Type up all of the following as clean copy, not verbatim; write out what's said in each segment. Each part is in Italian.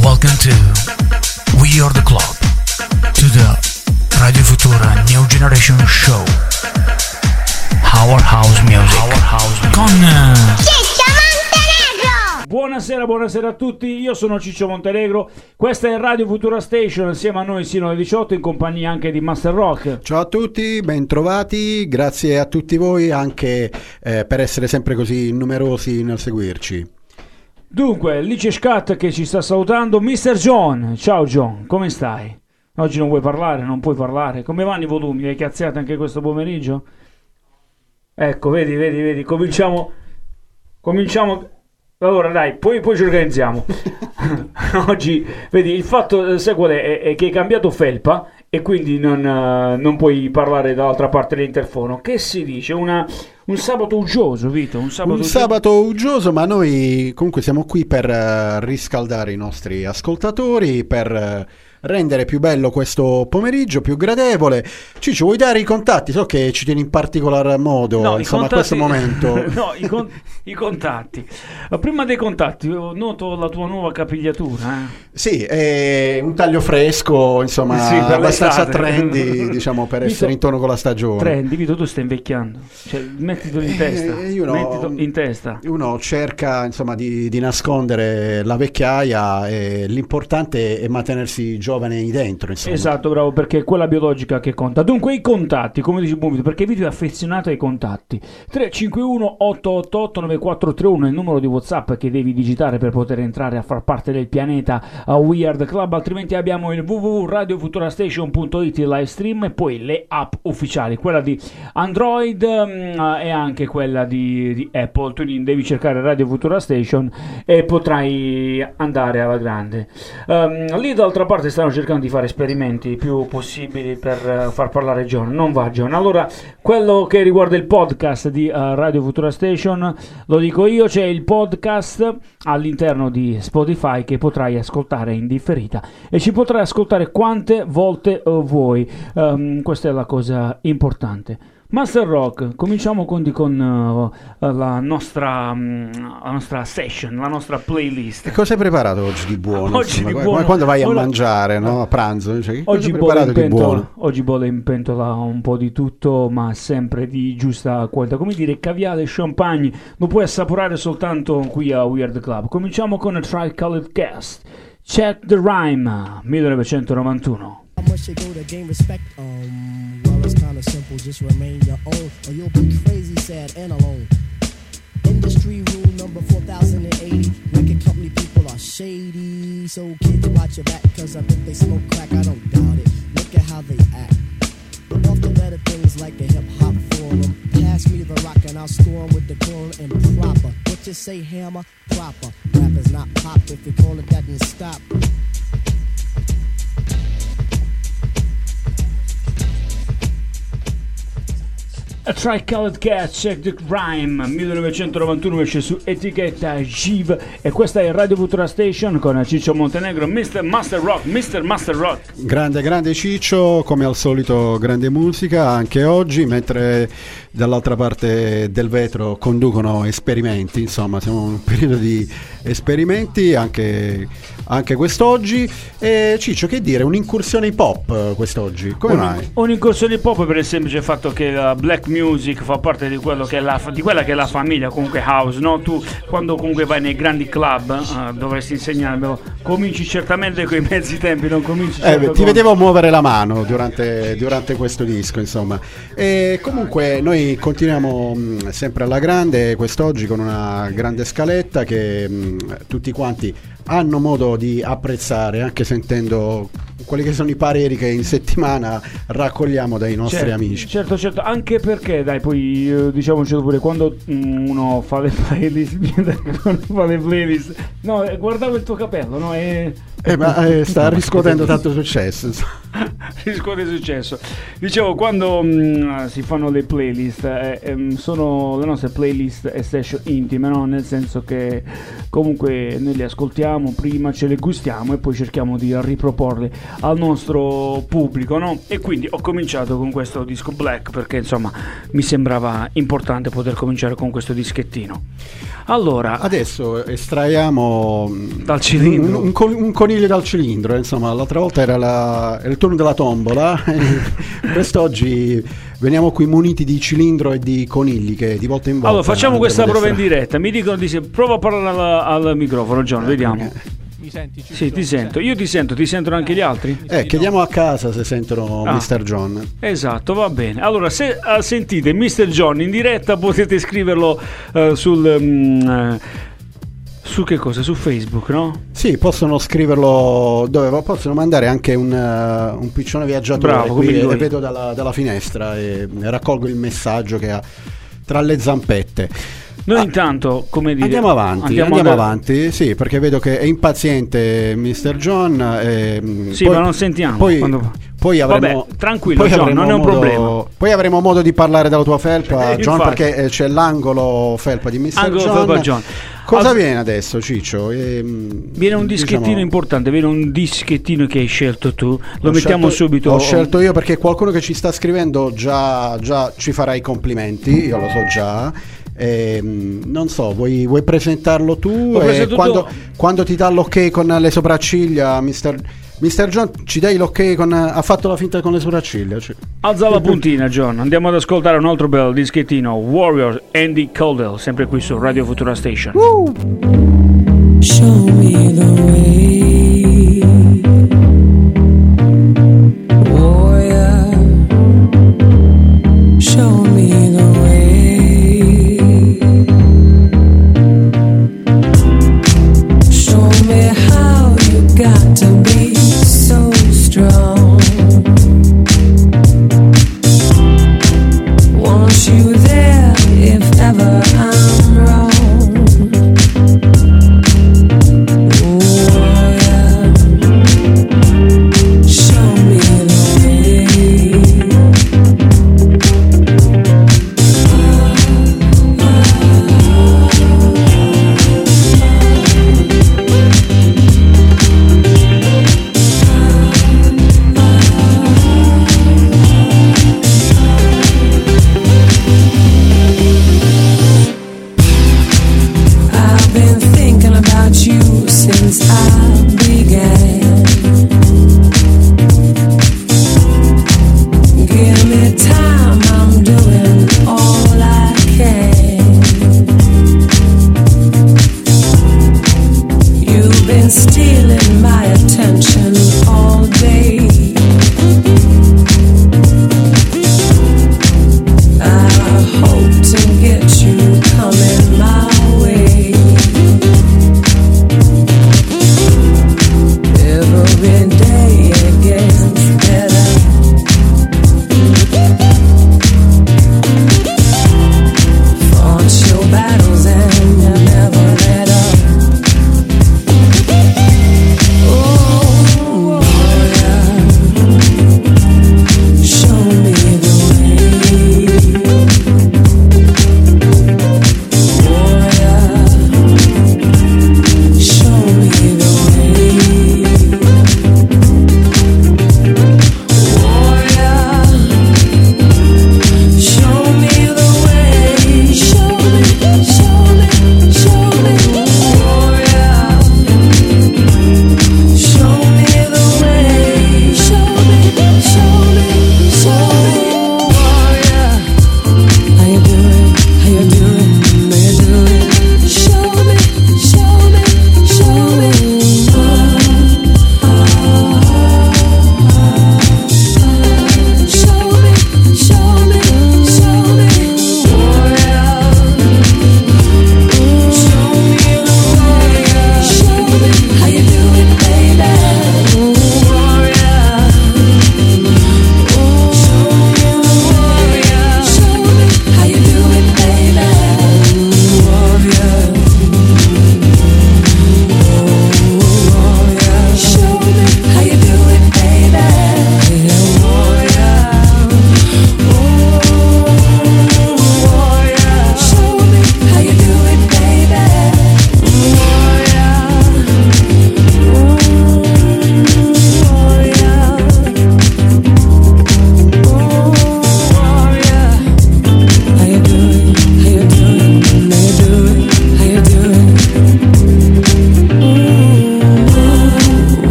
Welcome to We Are The Club, to the Radio Futura New Generation Show. Our House Music. Con Ciccio Montenegro! Buonasera a tutti, io sono Ciccio Montenegro, questa è Radio Futura Station, insieme a noi sino alle 18 in compagnia anche di Master Rock. Ciao a tutti, bentrovati, grazie a tutti voi anche per essere sempre così numerosi nel seguirci. Dunque, lì c'è Scat che ci sta salutando, Mr. John, ciao John, come stai? Oggi non vuoi parlare, non puoi parlare, come vanno i volumi? Hai cazziato anche questo pomeriggio? Ecco, vedi, cominciamo, allora dai, poi ci organizziamo. Oggi, vedi, il fatto, sai qual è che hai cambiato felpa e quindi non puoi parlare dall'altra parte dell'interfono. Che si dice? Un sabato uggioso, Vito, un sabato uggioso, ma noi comunque siamo qui per riscaldare i nostri ascoltatori, per rendere più bello questo pomeriggio, più gradevole. Ciccio, vuoi dare i contatti? So che ci tieni in particolar modo, no, insomma, a questo momento. No, i contatti. Prima dei contatti, noto la tua nuova capigliatura. Sì, è un taglio fresco, insomma, sì, abbastanza trendy, diciamo, per Vito, essere in tono con la stagione. Trendy, Vito, tu stai invecchiando. Cioè, mettilo in testa. Mettilo in testa. Uno cerca, insomma, di nascondere la vecchiaia e l'importante è mantenersi giovane dentro, insomma. Esatto, bravo, perché è quella biologica che conta. Dunque i contatti, come dici Vito, perché Vito è affezionato ai contatti. 351 888 9431 è il numero di WhatsApp che devi digitare per poter entrare a far parte del pianeta We Are The Club, altrimenti abbiamo il www.radiofuturastation.it, il live stream, e poi le app ufficiali, quella di Android e anche quella di Apple. Tu devi cercare Radio Futura Station e potrai andare alla grande. Lì d'altra parte stanno cercando di fare esperimenti più possibili per far parlare John. Non va John. Allora, quello che riguarda il podcast di Radio Futura Station lo dico io, c'è il podcast all'interno di Spotify che potrai ascoltare in differita e ci potrai ascoltare quante volte vuoi. Questa è la cosa importante. Master Rock, cominciamo con la nostra session, la nostra playlist. E cosa hai preparato oggi di buono? Oggi di buono. Quando vai a mangiare, no? A pranzo? Cioè, oggi bolle in pentola un po' di tutto, ma sempre di giusta qualità. Come dire, caviale e champagne lo puoi assaporare soltanto qui a We Are The Club. Cominciamo con a Tri-Colored Cast. Check the Rhyme, 1991. How much they go to gain respect? Well, it's kinda simple, just remain your own, or you'll be crazy, sad, and alone. Industry rule number 4080, record company people are shady, so kids watch your back, cause I think they smoke crack, I don't doubt it, look at how they act. Off the better things like a hip-hop forum, pass me the rock and I'll score 'em with the decorum and proper. What you say, hammer? Proper. Rap is not pop, if you call it that, then stop. A Tri-Colored Cat, Check the Rhyme, 1991, esce su etichetta Giv e questa è Radio Futura Station con Ciccio Montenegro, Mr. Master Rock. Grande Ciccio, come al solito grande musica anche oggi, mentre dall'altra parte del vetro conducono esperimenti, insomma siamo in un periodo di esperimenti anche quest'oggi. E Ciccio, che dire, un'incursione hip hop quest'oggi, come mai? Un'incursione hip hop per il semplice fatto che la black music fa parte di quello che è di quella che è la famiglia comunque house, no? Tu quando comunque vai nei grandi club dovresti insegnarmelo, cominci certamente con i mezzi tempi, non cominci ti vedevo muovere la mano durante questo disco, insomma. E comunque noi continuiamo sempre alla grande quest'oggi con una grande scaletta che tutti quanti hanno modo di apprezzare, anche sentendo quelli che sono i pareri che in settimana raccogliamo dai nostri amici. Certo, anche perché dai, poi diciamoci pure, quando uno fa le playlist, no, guardavo il tuo capello, no? Sta riscuotendo tanto successo. Riscuote successo. Dicevo, quando si fanno le playlist, sono le nostre playlist e session intime, no? Nel senso che comunque noi le ascoltiamo prima, ce le gustiamo e poi cerchiamo di riproporle al nostro pubblico, no? E quindi ho cominciato con questo disco Black perché insomma mi sembrava importante poter cominciare con questo dischettino. Allora, adesso estraiamo dal cilindro un conigli dal cilindro, insomma, l'altra volta era il turno della tombola, quest'oggi veniamo qui muniti di cilindro e di conigli che di volta in volta... Allora, facciamo questa prova in diretta, mi dicono prova a parlare al microfono, John, vediamo. Mi senti? Sì, ti sento. Io ti sentono anche gli altri? Chiediamo a casa se sentono Mr. John. Esatto, va bene. Allora, se sentite Mr. John in diretta, potete scriverlo su che cosa? Su Facebook, no? Sì, possono scriverlo dove possono mandare anche un piccione viaggiatore. Bravo, qui, come dico e io. vedo dalla finestra e raccolgo il messaggio che ha tra le zampette. Noi intanto, come dire, andiamo avanti, sì, perché vedo che è impaziente Mr. John. Sì, poi, ma non sentiamo. Poi avremo, vabbè, tranquillo, John, non è un problema. Poi avremo modo di parlare della tua felpa, John, infatti. perché c'è l'angolo felpa di Mr. Angolo John. felpa John. Cosa viene adesso, Ciccio? Viene un dischettino importante, viene un dischettino che hai scelto tu. Lo mettiamo subito. L'ho scelto io perché qualcuno che ci sta scrivendo già ci farà i complimenti, io lo so già. Non so, vuoi presentarlo tu? Quando ti dà l'ok con le sopracciglia, Mr. John, ci dai l'ok ha fatto la finta con le sopracciglia. Alza la puntina, John. Andiamo ad ascoltare un altro bel dischettino, Warrior, Andy Caldwell, sempre qui su Radio Futura Station. Show me the way, warrior. Show me the way. Show me how you got to be so strong. Want you there if ever I'm wrong.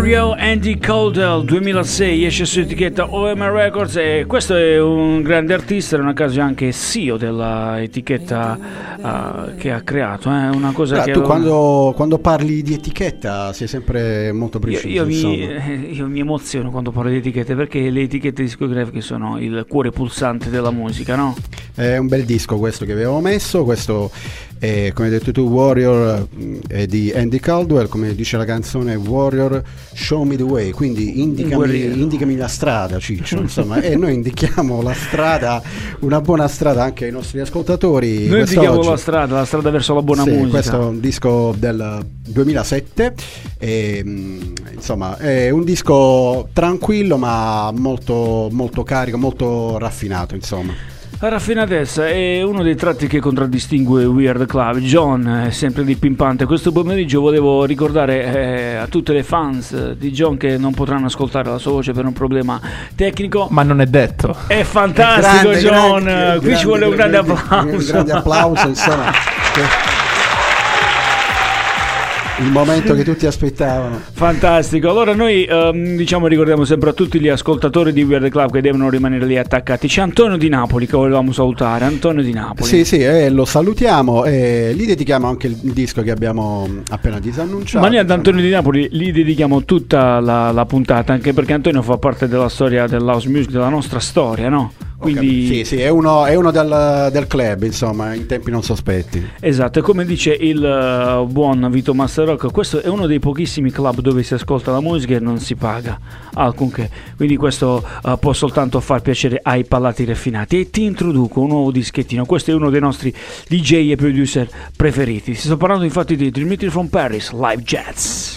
Wario, Andy Caldwell, 2006, esce su etichetta OM Records e questo è un grande artista, non a caso è anche CEO della etichetta che ha creato, una cosa che tu quando parli di etichetta sei sempre molto preciso. Io mi emoziono quando parlo di etichette, perché le etichette discografiche sono il cuore pulsante della musica, no? È un bel disco questo che avevo messo, questo è, come hai detto tu, Warrior, è di Andy Caldwell, come dice la canzone Warrior Show Me The Way, quindi indicami la strada, Ciccio, insomma, e noi indichiamo la strada, una buona strada anche ai nostri ascoltatori. Noi indichiamo la strada verso la buona musica. Questo è un disco del 2007 e, insomma, è un disco tranquillo ma molto, molto carico, molto raffinato, insomma. La raffinatezza è uno dei tratti che contraddistingue Weird Club. John è sempre di pimpante. Questo pomeriggio volevo ricordare a tutte le fans di John che non potranno ascoltare la sua voce per un problema tecnico. Ma non è detto. È fantastico, grande, John. Qui ci vuole un grande applauso. Un grande applauso, insomma. Il momento che tutti aspettavano. Fantastico. Allora noi ricordiamo sempre a tutti gli ascoltatori di Weird Club che devono rimanere lì attaccati. C'è Antonio di Napoli che volevamo salutare. Antonio di Napoli. Sì, lo salutiamo e gli dedichiamo anche il disco che abbiamo appena disannunciato. Ma noi ad Antonio di Napoli gli dedichiamo tutta la puntata, anche perché Antonio fa parte della storia dell'house music, della nostra storia, no? Quindi sì, è uno del club, insomma, in tempi non sospetti. Esatto, e come dice il buon Vito Master Rock, questo è uno dei pochissimi club dove si ascolta la musica e non si paga alcunché, quindi questo può soltanto far piacere ai palati raffinati. E ti introduco un nuovo dischettino, questo è uno dei nostri DJ e producer preferiti. Si sta parlando infatti di Dimitri from Paris, Live Jazz.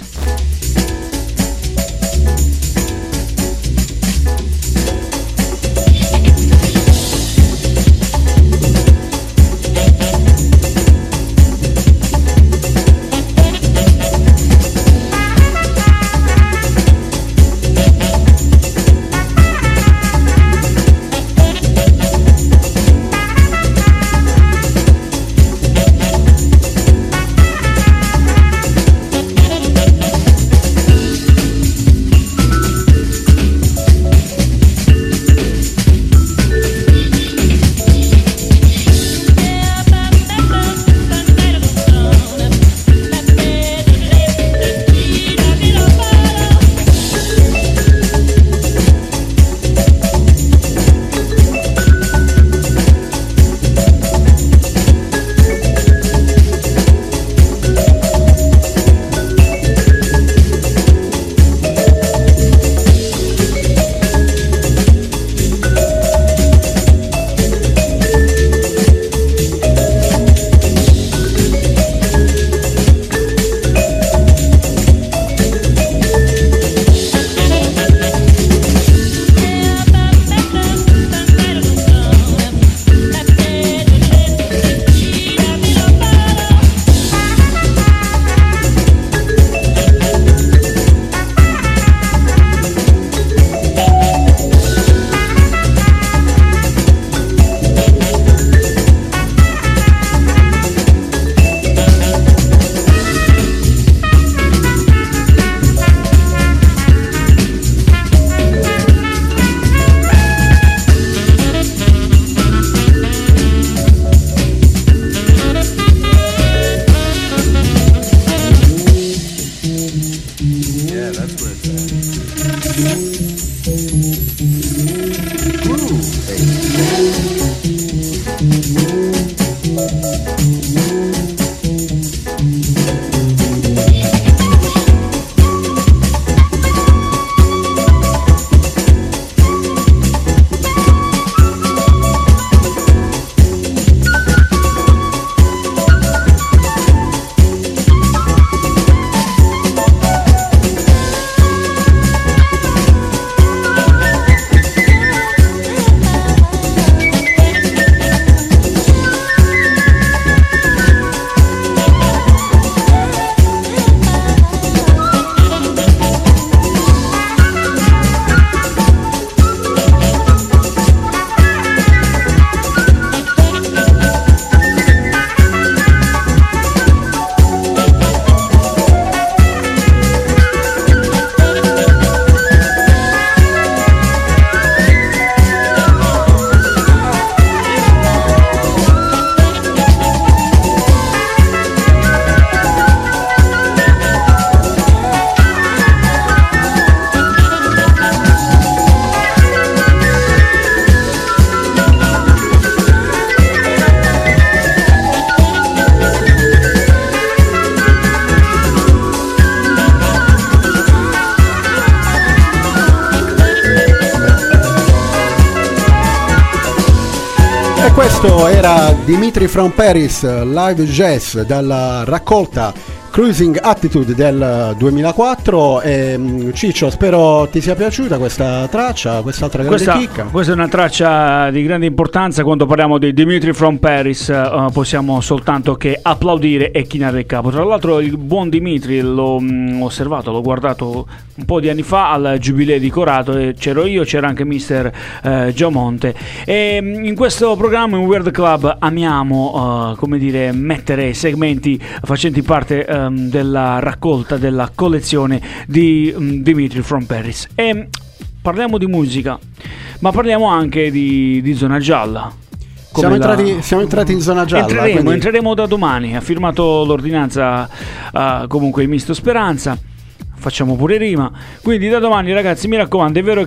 Questo era Dimitri from Paris, live jazz dalla raccolta Cruising Attitude del 2004. E Ciccio, spero ti sia piaciuta questa traccia, quest'altra grande chicca. Questa è una traccia di grande importanza. Quando parliamo di Dimitri from Paris possiamo soltanto che applaudire e chinare il capo. Tra l'altro il buon Dimitri l'ho osservato, l'ho guardato un po' di anni fa al Giubileo di Corato, e c'ero io, c'era anche Mister Giomonte, e in questo programma in Weird Club amiamo come dire, mettere segmenti facenti parte della raccolta, della collezione di Dimitri from Paris. E parliamo di musica, ma parliamo anche di zona gialla. Siamo entrati in zona gialla. Entreremo da domani. Ha firmato l'ordinanza comunque il Misto Speranza. Facciamo pure rima. Quindi da domani, ragazzi, mi raccomando, è vero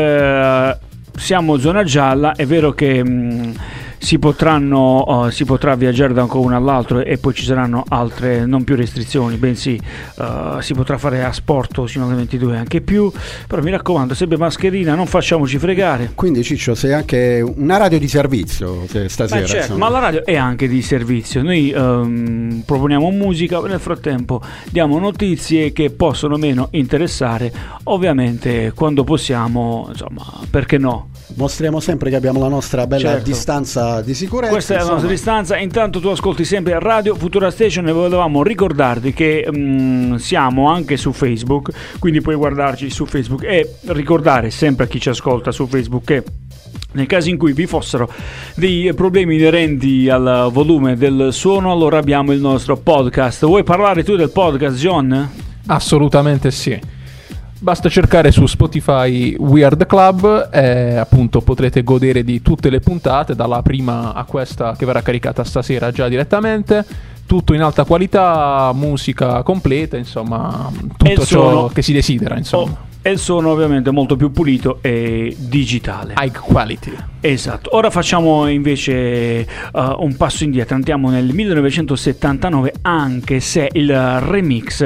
che siamo zona gialla, è vero che si potrà viaggiare da un comune all'altro, e poi ci saranno altre non più restrizioni, bensì si potrà fare asporto fino alle 22, anche più. Però mi raccomando, sempre mascherina, non facciamoci fregare. Quindi Ciccio, sei anche una radio di servizio stasera. Certo, ma la radio è anche di servizio. Noi proponiamo musica, nel frattempo diamo notizie che possono meno interessare, ovviamente quando possiamo, insomma, perché no? Mostriamo sempre che abbiamo la nostra bella distanza di sicurezza. Questa è la nostra distanza. Intanto tu ascolti sempre Radio Futura Station, e volevamo ricordarti che siamo anche su Facebook, quindi puoi guardarci su Facebook, e ricordare sempre a chi ci ascolta su Facebook che nel caso in cui vi fossero dei problemi inerenti al volume del suono, allora abbiamo il nostro podcast. Vuoi parlare tu del podcast, John? Assolutamente sì. Basta cercare su Spotify Weird Club, appunto potrete godere di tutte le puntate, dalla prima a questa che verrà caricata stasera già direttamente, tutto in alta qualità, musica completa, insomma, tutto ciò che si desidera, insomma. E il suono ovviamente molto più pulito e digitale. High quality. Esatto. Ora facciamo invece un passo indietro, andiamo nel 1979, anche se il remix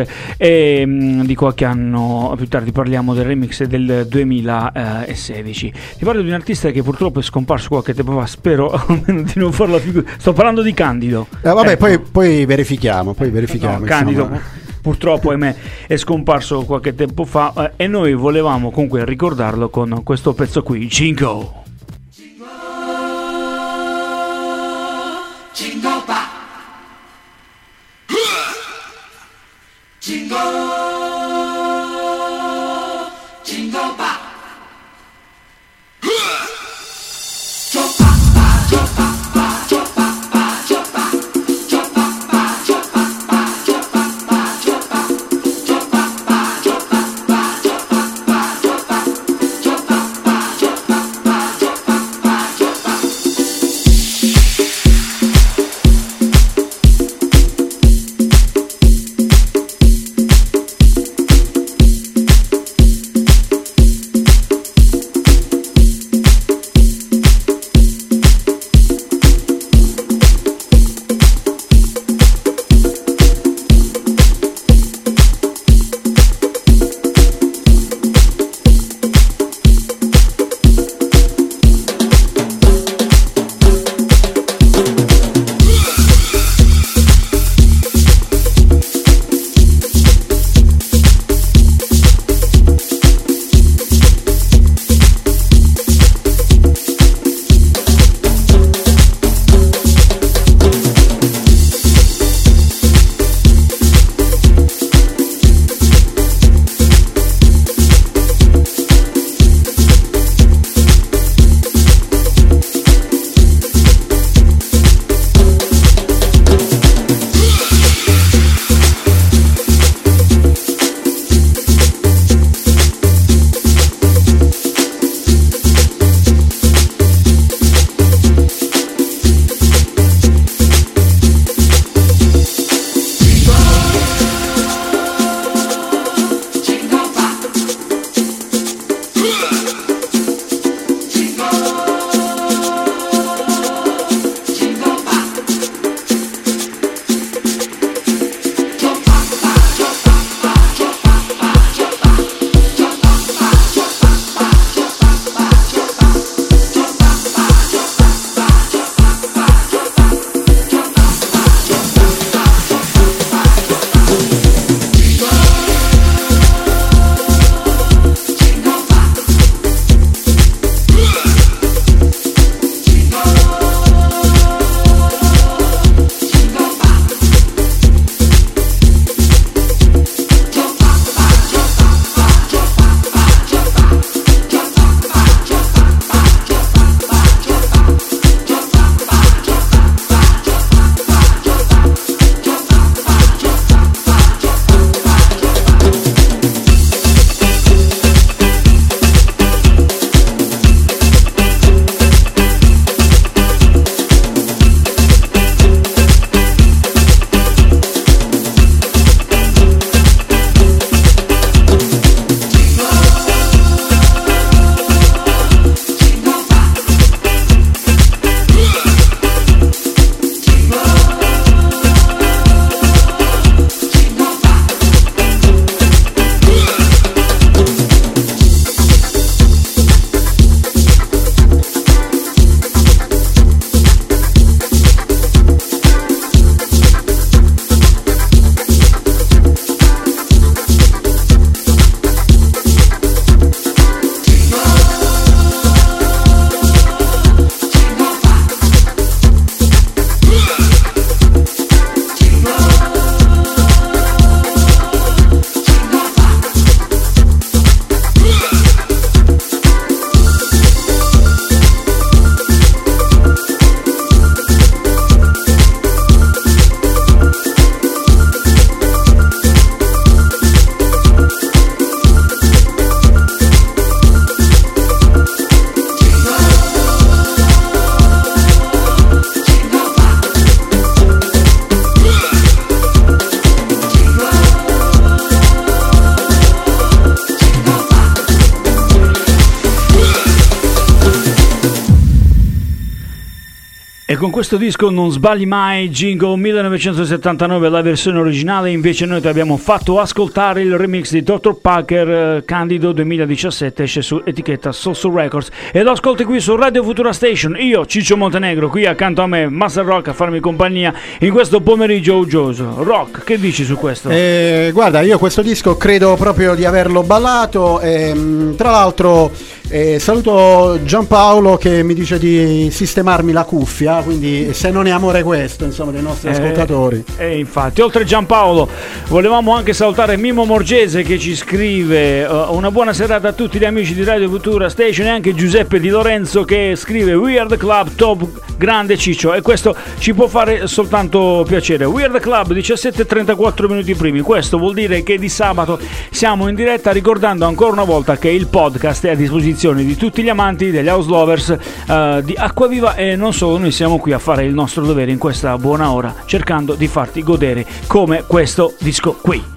è di qualche anno più tardi. Parliamo del remix del 2016. Ti parlo di un artista che purtroppo è scomparso qualche tempo fa, spero almeno di non farla figura. Sto parlando di Candido. Vabbè, ecco. poi verifichiamo. No, Candido purtroppo, ahimè, è scomparso qualche tempo fa, e noi volevamo comunque ricordarlo con questo pezzo qui, Jingo. Jingo ba. Jingo. Jingo ba. E con questo disco non sbagli mai, Jingle 1979, la versione originale. Invece noi ti abbiamo fatto ascoltare il remix di Dr. Parker, Candido 2017, esce su etichetta Soul Records e lo ascolti qui su Radio Futura Station. Io, Ciccio Montenegro, qui accanto a me Master Rock a farmi compagnia in questo pomeriggio uggioso. Rock, che dici su questo? Guarda, io questo disco credo proprio di averlo ballato, tra l'altro saluto Giampaolo che mi dice di sistemarmi la cuffia, quindi se non è amore questo, insomma, dei nostri ascoltatori. Infatti, oltre a Giampaolo volevamo anche salutare Mimo Morgese che ci scrive una buona serata a tutti gli amici di Radio Futura Station, e anche Giuseppe Di Lorenzo che scrive We Are The Club, top grande Ciccio, e questo ci può fare soltanto piacere. We Are The Club 17:34 minuti primi, questo vuol dire che di sabato siamo in diretta, ricordando ancora una volta che il podcast è a disposizione di tutti gli amanti degli house lovers di Acquaviva, e non solo, noi siamo qui a fare il nostro dovere in questa buona ora, cercando di farti godere come questo disco qui.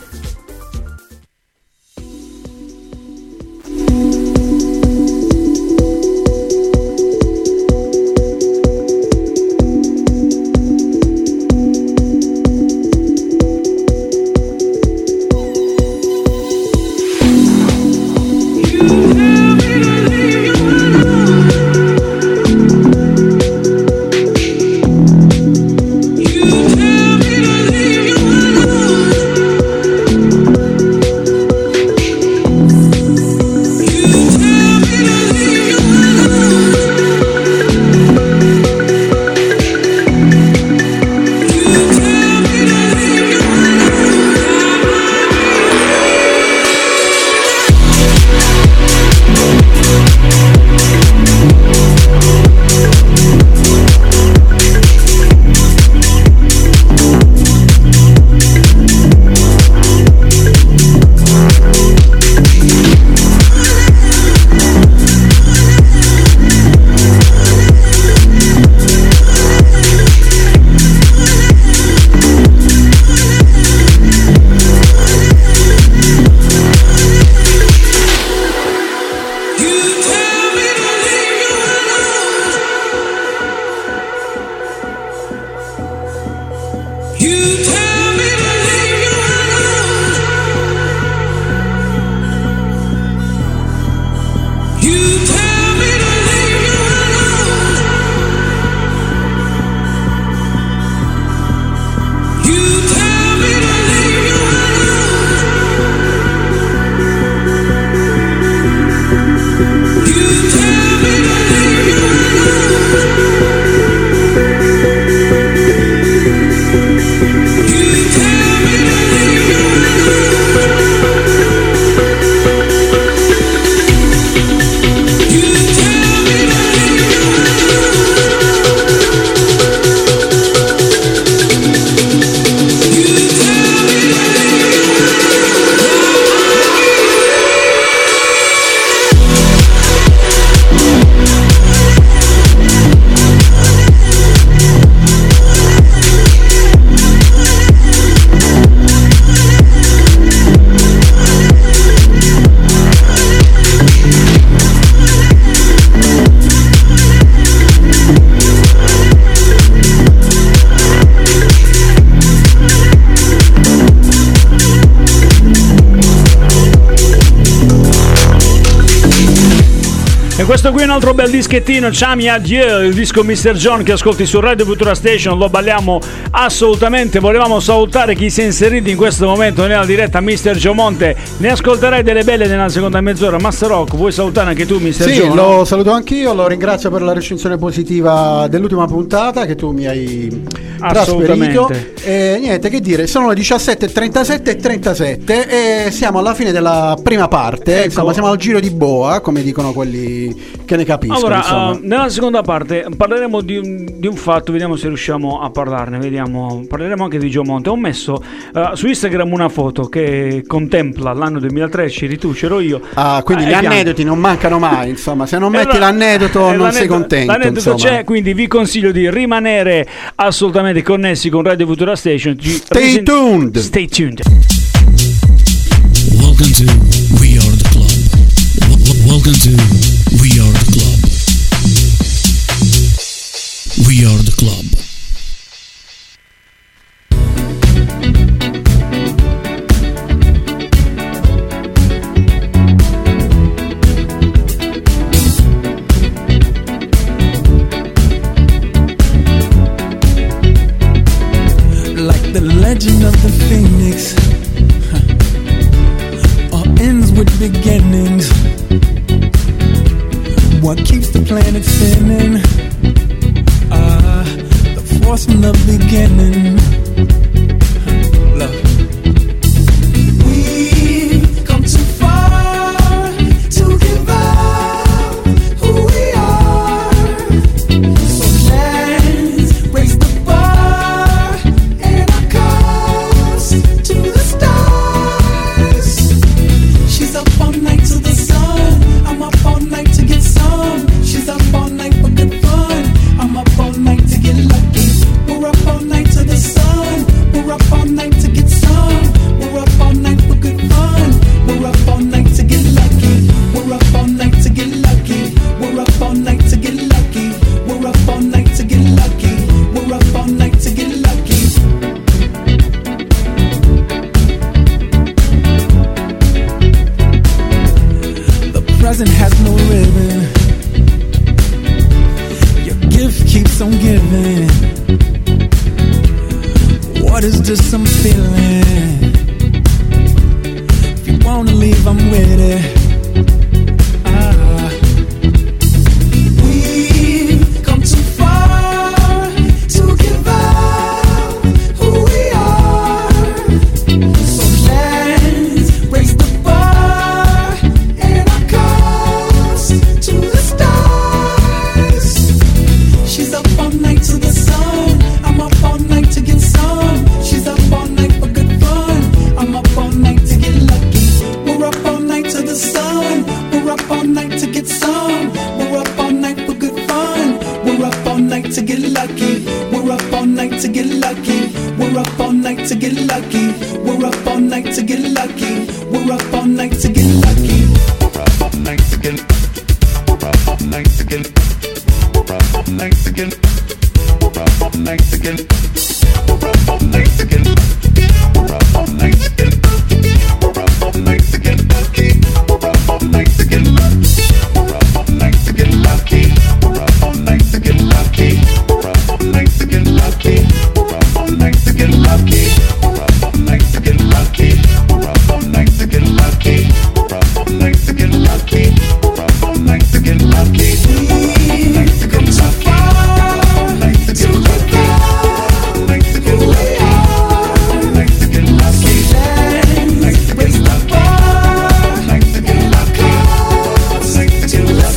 Questo qui è un altro bel dischettino, Chami Adieu, il disco Mr. John che ascolti su Radio Futura Station, lo balliamo assolutamente. Volevamo salutare chi si è inserito in questo momento nella diretta, Mr. Giomonte, ne ascolterai delle belle nella seconda mezz'ora. Master Rock, vuoi salutare anche tu Mr. Sì, Gio? lo saluto anch'io, lo ringrazio per la recensione positiva dell'ultima puntata che tu mi hai trasferito. E niente, che dire, sono le 17:37 e 37 e siamo alla fine della prima parte, ecco. Insomma siamo al giro di boa, come dicono quelli che ne capiscono. Allora, nella seconda parte parleremo di un fatto, vediamo se riusciamo a parlarne, parleremo anche di Giomonte. Ho messo su Instagram una foto che contempla l'anno 2013, c'ero io. Ah, quindi gli aneddoti non mancano mai, insomma, se non metti l'aneddoto non sei contento. L'aneddoto c'è, quindi vi consiglio di rimanere assolutamente connessi con Radio Futura Station. Stay tuned. Stay tuned. Welcome to We Are The Club. Welcome to We Are The Club. We Are The Club. Like the legend of the phoenix, all ends with beginnings. What keeps the planet spinning? The force from the beginning. Love. We've come too far to give up who we are. So let's raise the bar and our cups to the stars. She's up all night to the sun. I'm up all night to get some. She's up all night for good fun. I'm up all night to get lucky. We're up all night to the sun. We're up all night to get some. We're up all night for good fun. We're up all night to get lucky. We're up all night to get lucky. We're up all night to get lucky. We're up all night to get lucky. We're up all night to get lucky. The present has no ribbon. Your gift keeps on giving. What is this I'm feeling? If you wanna leave, I'm with it. We've come too far to give up who we are. So let's raise the bar and our cups to the stars. She's up all night to the sun. I'm up all night to get some. She's up all night for good fun. I'm up all night to get lucky. We're up all night to the sun. We're up all night to get some. We're up all night for good fun. We're up all night to get lucky. We're up all night to get lucky. We're up all night to get lucky. We're up all night to get lucky. We're up all night to get lucky. We're up all night to get. We're up all night to get. We're up all night to get. We're up all night to get. We're up all night to get. We're up all night to get. We're up all night to get lucky. We're up all night to get lucky. We're up all night to get lucky. We're up all night to get lucky. We're up all night to get lucky. We're up all night to get lucky. We're up all night to get lucky. We're up all night to get lucky. We're up all night to get lucky. We're up all night to get lucky. We've come too far to give up who we are. To get lucky. Let's raise the bar and our cups to the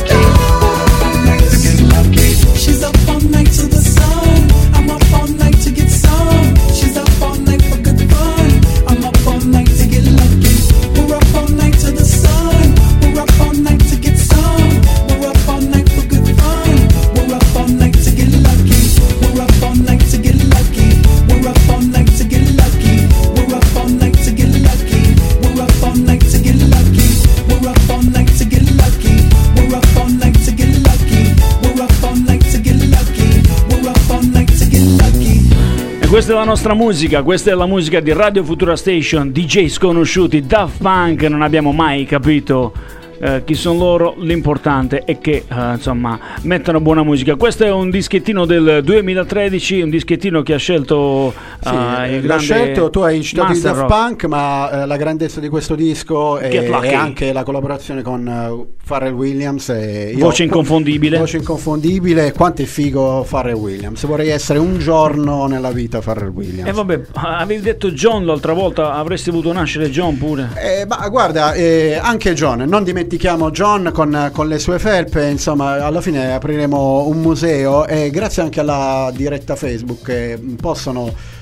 stars. She's up all night to the sun. I'm up all night to get some. She's up all night for good fun. I'm up all night to get lucky. We're up all night to the sun. We're up all night to get some. We're up all night for good fun. We're up all night to get lucky. We're up all night to get lucky. We're up all night to get lucky. We're up all night to get lucky. We're up all night to get lucky. We're up all night to get lucky. We're up all night to get lucky. We're up all night to get lucky. We're up all night to get lucky. E questa è la nostra musica, questa è la musica di Radio Futura Station, DJ sconosciuti, Daft Punk, non abbiamo mai capito chi sono loro, l'importante è che insomma mettano buona musica. Questo è un dischettino del 2013, un dischettino che ha scelto il grande scelto, tu hai citato i Master Daft Rock. Punk, ma la grandezza di questo disco Get Lucky. è anche la collaborazione con Pharrell Williams e Voce inconfondibile. Voce inconfondibile. Quanto è figo Pharrell Williams, vorrei essere un giorno nella vita Pharrell Williams. E vabbè, avevi detto John l'altra volta, avresti voluto nascere John pure. Ma guarda, anche John, non dimentichiamo John con le sue felpe, insomma alla fine apriremo un museo e grazie anche alla diretta Facebook che possono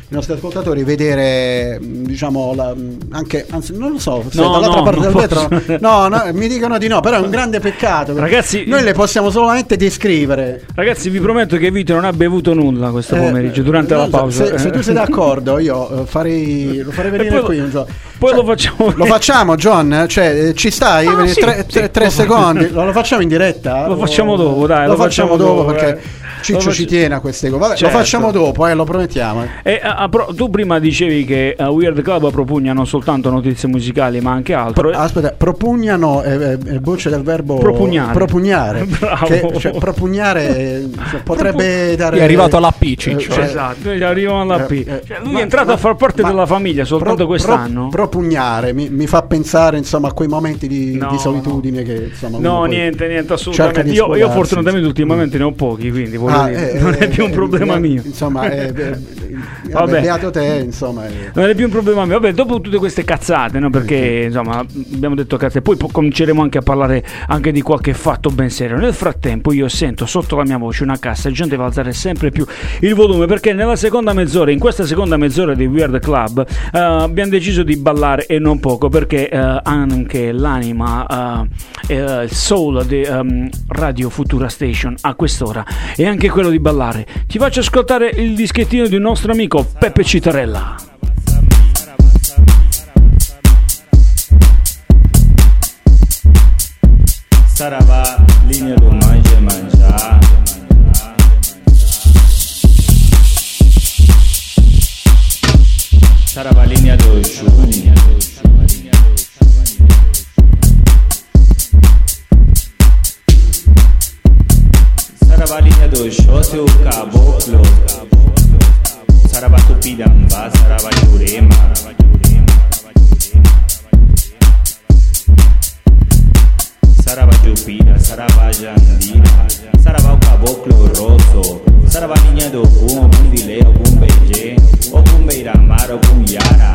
nostri ascoltatori vedere, diciamo, anche, anzi, non lo so, se No, dall'altra no, parte non del vetro. posso. No, mi dicono di no, però è un grande peccato. Ragazzi, noi le possiamo solamente descrivere. Ragazzi, vi prometto che Vito non ha bevuto nulla questo pomeriggio durante la non so, pausa. se tu sei d'accordo, io lo farei venire poi qui un giorno. Poi lo facciamo. Lo facciamo, John? Cioè, ci stai? sì, Tre secondi. Lo facciamo in diretta? Lo facciamo dopo, dai. Lo facciamo dopo perché Ciccio Lo ci tiene a queste cose. Vabbè, Certo. lo facciamo dopo, lo promettiamo. Tu prima dicevi che a Weird Club propugna non soltanto notizie musicali, ma anche altro. Aspetta, propugnano è voce del verbo propugnare. Bravo. Che, propugnare potrebbe dare. È arrivato all'P, Ciccio. Esatto, noi arriviamo alla P. Lui è entrato a far parte della famiglia soltanto quest'anno. Propugnare mi fa pensare, insomma, a quei momenti di solitudine che, insomma, no, niente, assolutamente. Io fortunatamente ultimamente ne ho pochi, quindi voglio dire, non è più un problema mio. Insomma, vabbè, beato te, insomma. Non è più un problema mio. Vabbè, dopo tutte queste cazzate, no? Perché insomma abbiamo detto cazzate, poi cominceremo anche a parlare anche di qualche fatto ben serio. Nel frattempo io sento sotto la mia voce una cassa e gente deve alzare sempre più il volume, perché nella seconda mezz'ora, in questa seconda mezz'ora di Weird Club, abbiamo deciso di ballare e non poco, perché anche l'anima, il soul di Radio Futura Station a quest'ora è anche quello di ballare. Ti faccio ascoltare il dischettino di un nostro amico Peppe Citarella. Sarava linea do mangia. Sarava linea do giugno. Sarava linea do shosio caboclo. Sarava tupidamba, sarava jurema. Sarava Jupira, sarava Jandira, sarava o caboclo rosso, sarava linha do Gum, algum Dilé, algum BG, algum Beiramar, algum Yara.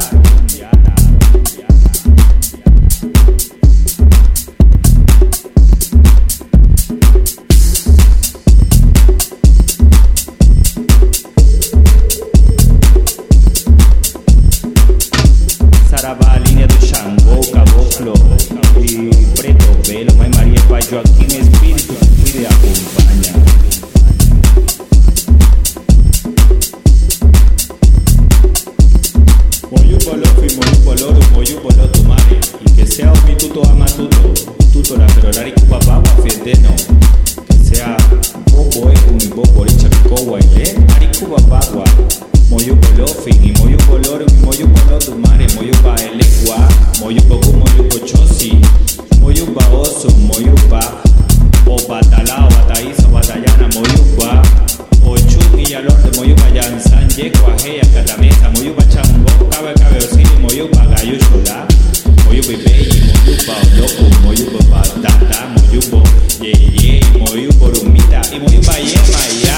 Sarava a linha do Xangô, caboclo e preto velo, mãe Maria, pai Joaquim, espírito que cuida e acompanha. Moyu bolofi, moyu boloro, moyu boloto mare, e que sea o tuto ama tuto la ferorari cuba baba fedeno, que sea bobo e bobo richa picoa ile, ari cuba bagua. Moyu bolofi, y moyu boloro, y moyu boloto mare, moyu ba elegua, moyu bogu, moyu bochosi, moyu ba oso, moyu ba o batalao, bataizo, batallana, moyu ba o chung y alor de moyu ba yansan, yekwa, heya, catamesa, moyu ba chambo, cabe osili, moyu ba gallo chola, moyu bebe, moyu ba loco, moyu ba batata, moyu bo ye, moyu borumita, y moyu ba yema ya.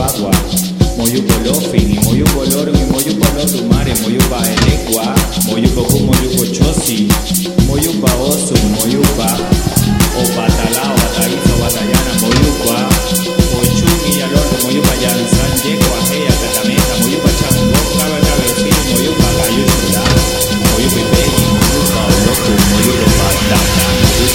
agua. Moyu polofini, moyu poloro, moyu polotu mare, moyu pa elegua, moyu boku, moyu cochosi, moyu pa osu, moyu pa opatalao, ataizo, batayana, moyu pa ochungi yaloto, moyu pa yansan, yeko, ajeya, catameta, moyu pa chango, cabeza vecino, moyu pa cayuchula, moyu pipegi, moyu pa oloco, moyu pa data, moyu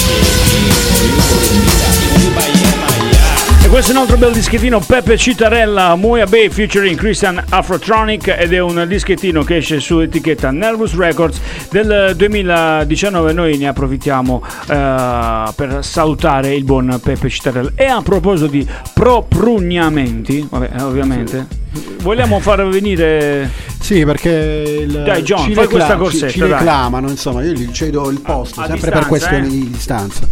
pa rumita, moyu pa yema, ya. E questo è un altro bel dischettino, Pepe Citarella, Moya Bay featuring Christian Afrotronic, ed è un dischettino che esce su etichetta Nervous Records del 2019. Noi ne approfittiamo per salutare il buon Pepe Citarella. E a proposito di proprugnamenti, vabbè, ovviamente, vogliamo far venire... Sì, perché dai John, fai questa corsetta, ci reclamano, insomma, io gli cedo il posto, sempre distanza, per questioni di distanza.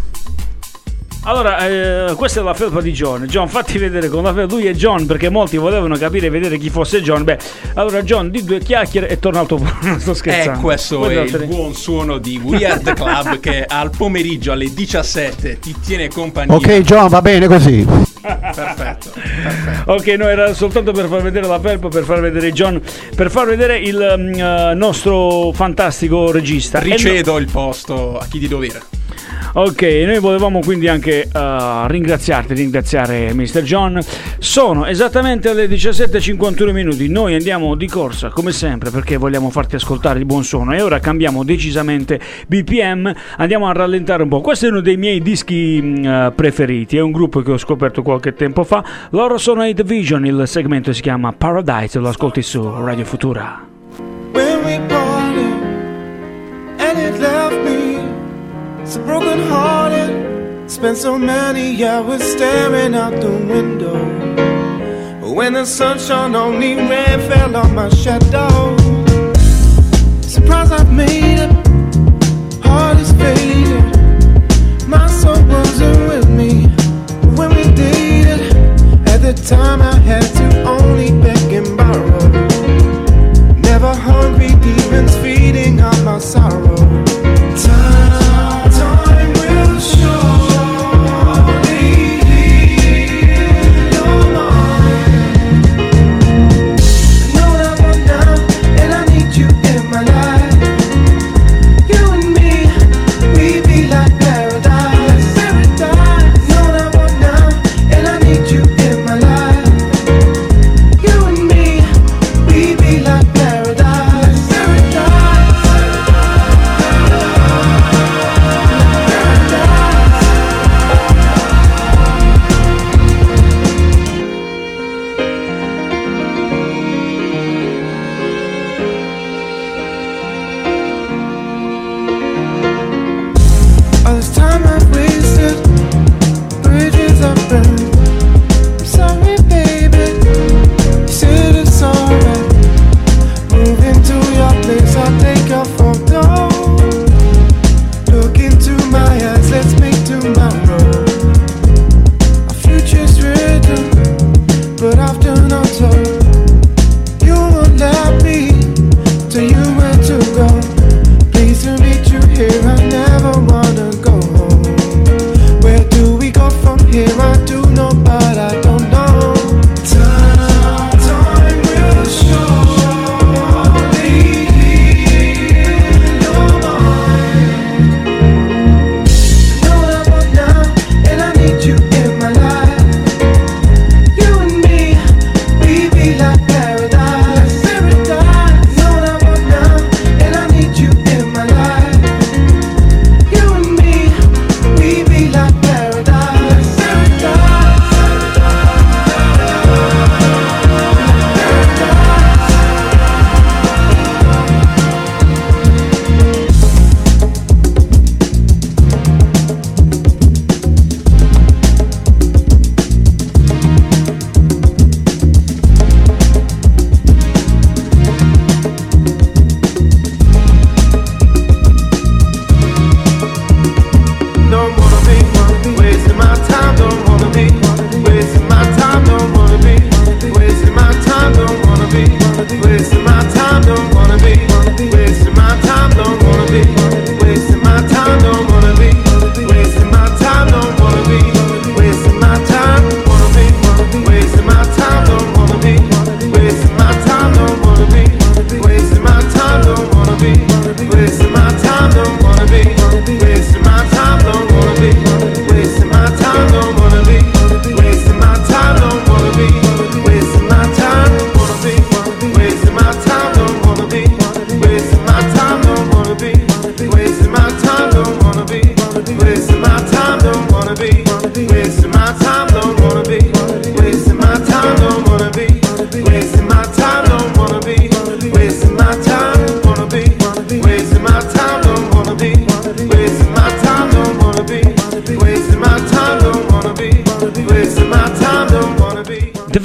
Allora, questa è la felpa di John. John, fatti vedere con la felpa. Lui è John, perché molti volevano capire e vedere chi fosse John. Beh, allora John, di due chiacchiere e torna al tuo posto. Sto scherzando. Questo è il buon suono di We Are The Club che al pomeriggio alle 17 ti tiene compagnia. Ok John, va bene così. Perfetto. Ok, no, era soltanto per far vedere la felpa, per far vedere John, per far vedere il nostro fantastico regista. Ricedo il posto a chi di dovere. Ok, noi volevamo quindi anche ringraziare Mr. John. Sono esattamente le 17:51 minuti. Noi andiamo di corsa come sempre perché vogliamo farti ascoltare il buon suono, e ora cambiamo decisamente BPM, andiamo a rallentare un po'. Questo è uno dei miei dischi preferiti, è un gruppo che ho scoperto qualche tempo fa. Loro sono i The Vision, il segmento si chiama Paradise, lo ascolti su Radio Futura. When we parted and it left me so broken hearted, spent so many hours staring out the window. When the sunshine only rain fell on my shadow. Surprised I've made it, heart is faded. My soul wasn't with me when we dated. At the time I had to only beg and borrow. Never hungry demons feeding on my sorrow. Time will surely heal your mind. I know that one now, and I need you in my life. You and me, we be like paradise. Paradise. I know that one now, and I need you in my life. You and me, we be like paradise. Paradise. All this time I've wasted, bridges I've burned. I'm sorry, baby. You said it's alright. Move into your place, I'll take your photo. Look into my eyes, let's make tomorrow. Our future's written, but often untold. You won't let me tell you where to go. Please to meet you here, I never wanna go home. Where do we go from here? I do know, but I don't know. Time will surely heal your mind. I know that one now, and I need you in my life. You and me, we be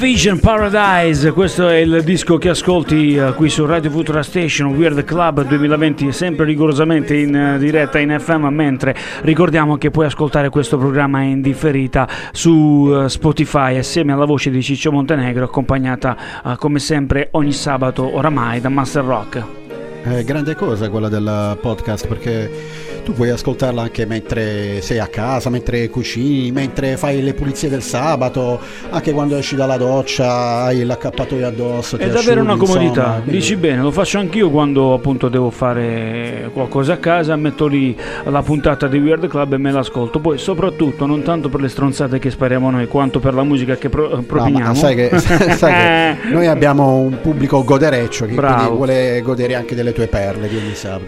Vision Paradise, questo è il disco che ascolti qui su Radio Futura Station, Weird Club 2020, sempre rigorosamente in diretta in FM, mentre ricordiamo che puoi ascoltare questo programma in differita su Spotify assieme alla voce di Ciccio Montenegro, accompagnata come sempre ogni sabato oramai da Master Rock. Grande cosa quella del podcast, perché tu puoi ascoltarla anche mentre sei a casa, mentre cucini, mentre fai le pulizie del sabato, anche quando esci dalla doccia hai l'accappatoio addosso. È davvero una comodità, dici bene, lo faccio anch'io quando appunto devo fare qualcosa a casa, metto lì la puntata di Weird Club e me l'ascolto. Poi soprattutto non tanto per le stronzate che spariamo noi, quanto per la musica che propiniamo. No, sai che noi abbiamo un pubblico godereccio che quindi vuole godere anche delle tue perle di ogni sabato.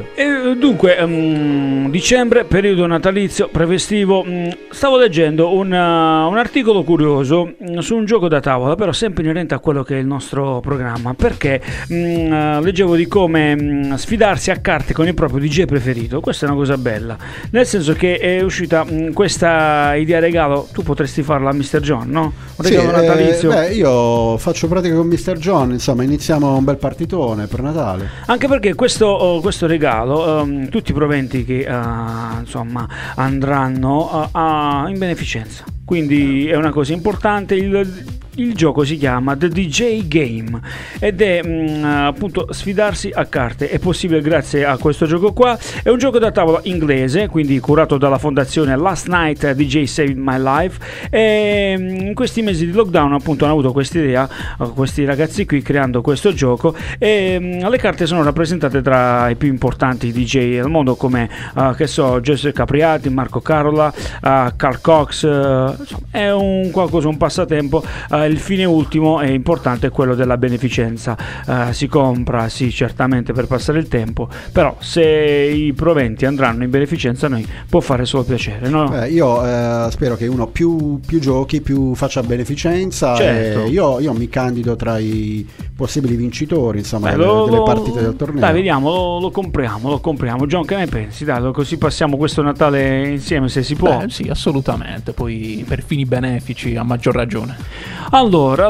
Dunque dicembre, periodo natalizio, prefestivo. Stavo leggendo un articolo curioso su un gioco da tavola, però sempre inerente a quello che è il nostro programma, perché leggevo di come sfidarsi a carte con il proprio DJ preferito. Questa è una cosa bella, nel senso che è uscita questa idea regalo. Tu potresti farla a Mr. John, no? Un regalo natalizio. Io faccio pratica con Mr. John, insomma, iniziamo un bel partitone per Natale. Anche perché questo regalo, tutti i proventi che insomma andranno in beneficenza, quindi è una cosa importante. Il gioco si chiama The DJ Game ed è appunto sfidarsi a carte. È possibile grazie a questo gioco qua. È un gioco da tavola inglese, quindi curato dalla fondazione Last Night DJ Saved My Life, e in questi mesi di lockdown appunto hanno avuto questa idea questi ragazzi qui, creando questo gioco, e le carte sono rappresentate tra i più importanti DJ al mondo, come che so, Joseph Capriati, Marco Carola, Carl Cox. Insomma, è un passatempo. Il fine ultimo è importante, è quello della beneficenza. Si compra sì certamente per passare il tempo, però se i proventi andranno in beneficenza a noi può fare solo piacere, no? Io spero che uno più giochi più faccia beneficenza. Certo. Io mi candido tra i possibili vincitori, insomma, delle partite del torneo. Dai, vediamo, lo compriamo. John, che ne pensi? Dai, così passiamo questo Natale insieme, se si può. Sì, assolutamente, poi per fini benefici a maggior ragione. Allora,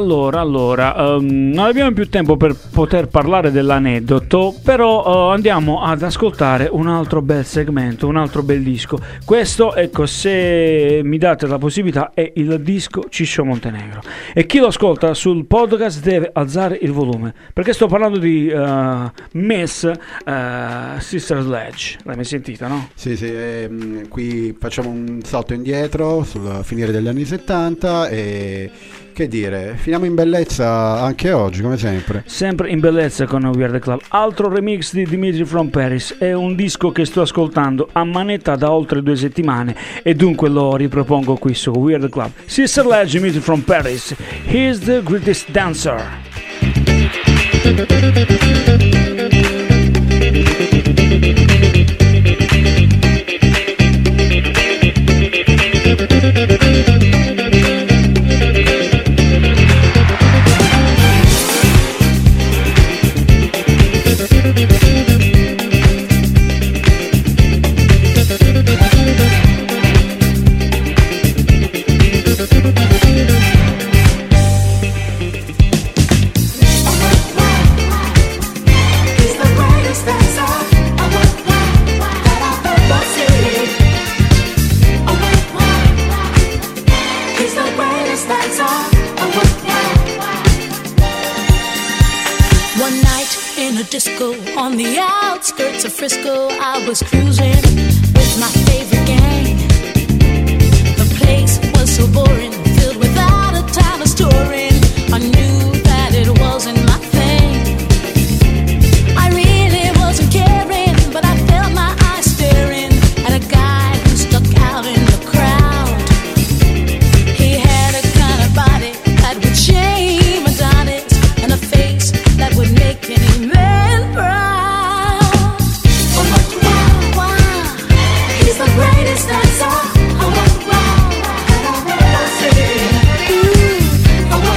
non abbiamo più tempo per poter parlare dell'aneddoto, però andiamo ad ascoltare un altro bel segmento, un altro bel disco. Questo, ecco, se mi date la possibilità, è il disco Ciccio Montenegro, e chi lo ascolta sul podcast deve alzare il volume, perché sto parlando di Miss Sister Sledge. L'hai mai sentita, no? Sì, qui facciamo un salto indietro sul finire degli anni 70 e che dire, finiamo in bellezza anche oggi, come sempre. Sempre in bellezza con Weird Club. Altro remix di Dimitri from Paris. È un disco che sto ascoltando a manetta da oltre 2 settimane e dunque lo ripropongo qui su Weird Club. Sister Sledge, Dimitri from Paris. He's the greatest dancer. Disco on the outskirts of Frisco, I was cruising with my favorite gang. The place was so boring, filled without a time of storing. I knew that it wasn't my thing. I really wasn't caring, but I felt my eyes staring at a guy who stuck out in the crowd. He had a kind of body that would shame Adonis, and a face that would make any man proud. He's the greatest dancer.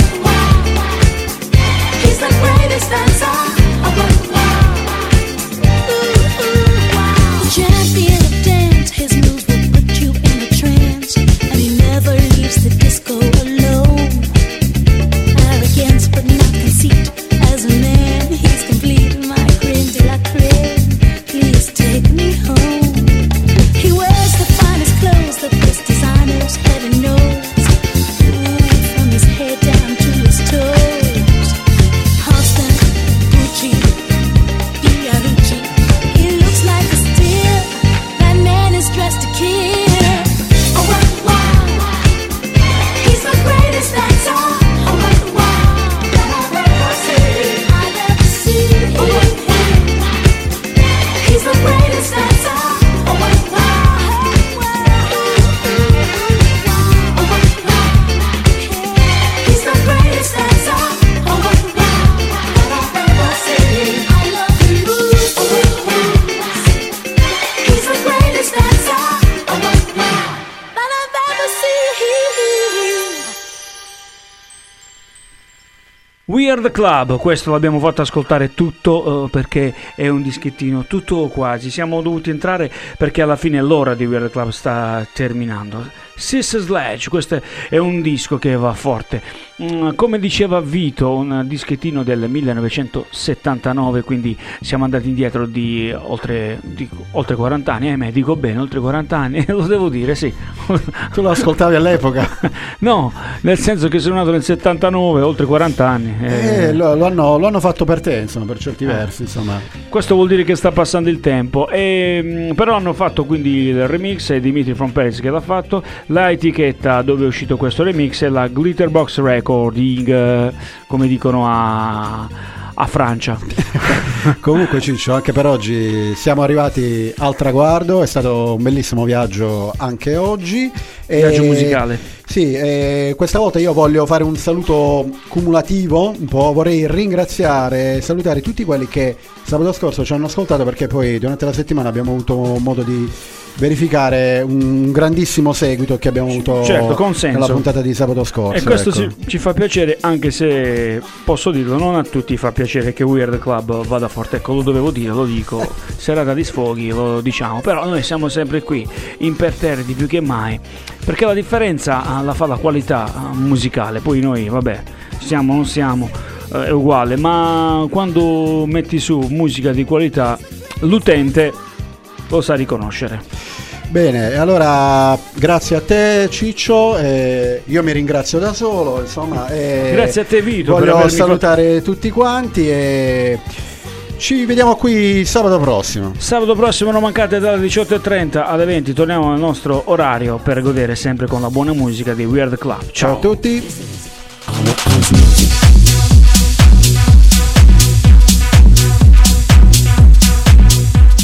We Are The Club, questo l'abbiamo fatto ascoltare tutto perché è un dischettino, tutto o quasi. Siamo dovuti entrare perché alla fine l'ora di We Are The Club sta terminando. Sister Sledge, questo è un disco che va forte. Come diceva Vito, un dischettino del 1979, quindi siamo andati indietro di oltre 40 anni, dico bene, oltre 40 anni, lo devo dire, sì. Tu lo ascoltavi all'epoca? No, nel senso che sono nato nel 79, oltre 40 anni. Lo hanno fatto per te, insomma, per certi versi, insomma. Questo vuol dire che sta passando il tempo, però hanno fatto quindi il remix, è Dimitri from Paris che l'ha fatto. La etichetta dove è uscito questo remix è la Glitterbox Recording, come dicono a Francia. Comunque Ciccio, anche per oggi siamo arrivati al traguardo, è stato un bellissimo viaggio anche oggi. Viaggio musicale. Sì, questa volta io voglio fare un saluto cumulativo, un po', vorrei ringraziare e salutare tutti quelli che sabato scorso ci hanno ascoltato, perché poi durante la settimana abbiamo avuto modo di verificare un grandissimo seguito che abbiamo avuto, certo, con senso, nella puntata di sabato scorso. E questo ecco. ci fa piacere, anche se posso dirlo, non a tutti fa piacere che We Are The Club vada forte. Ecco, lo dovevo dire, lo dico, serata di sfoghi, lo diciamo, però noi siamo sempre qui, imperterriti più che mai, perché la differenza la fa la qualità musicale. Poi noi, vabbè, siamo, non siamo, è uguale, ma quando metti su musica di qualità l'utente lo sa riconoscere. Bene, allora grazie a te Ciccio, io mi ringrazio da solo, insomma, grazie a te Vito, voglio salutare tutti quanti e ci vediamo qui sabato prossimo. Sabato prossimo non mancate, dalle 18:30 alle 20 torniamo al nostro orario per godere sempre con la buona musica di We Are The Club. Ciao a tutti.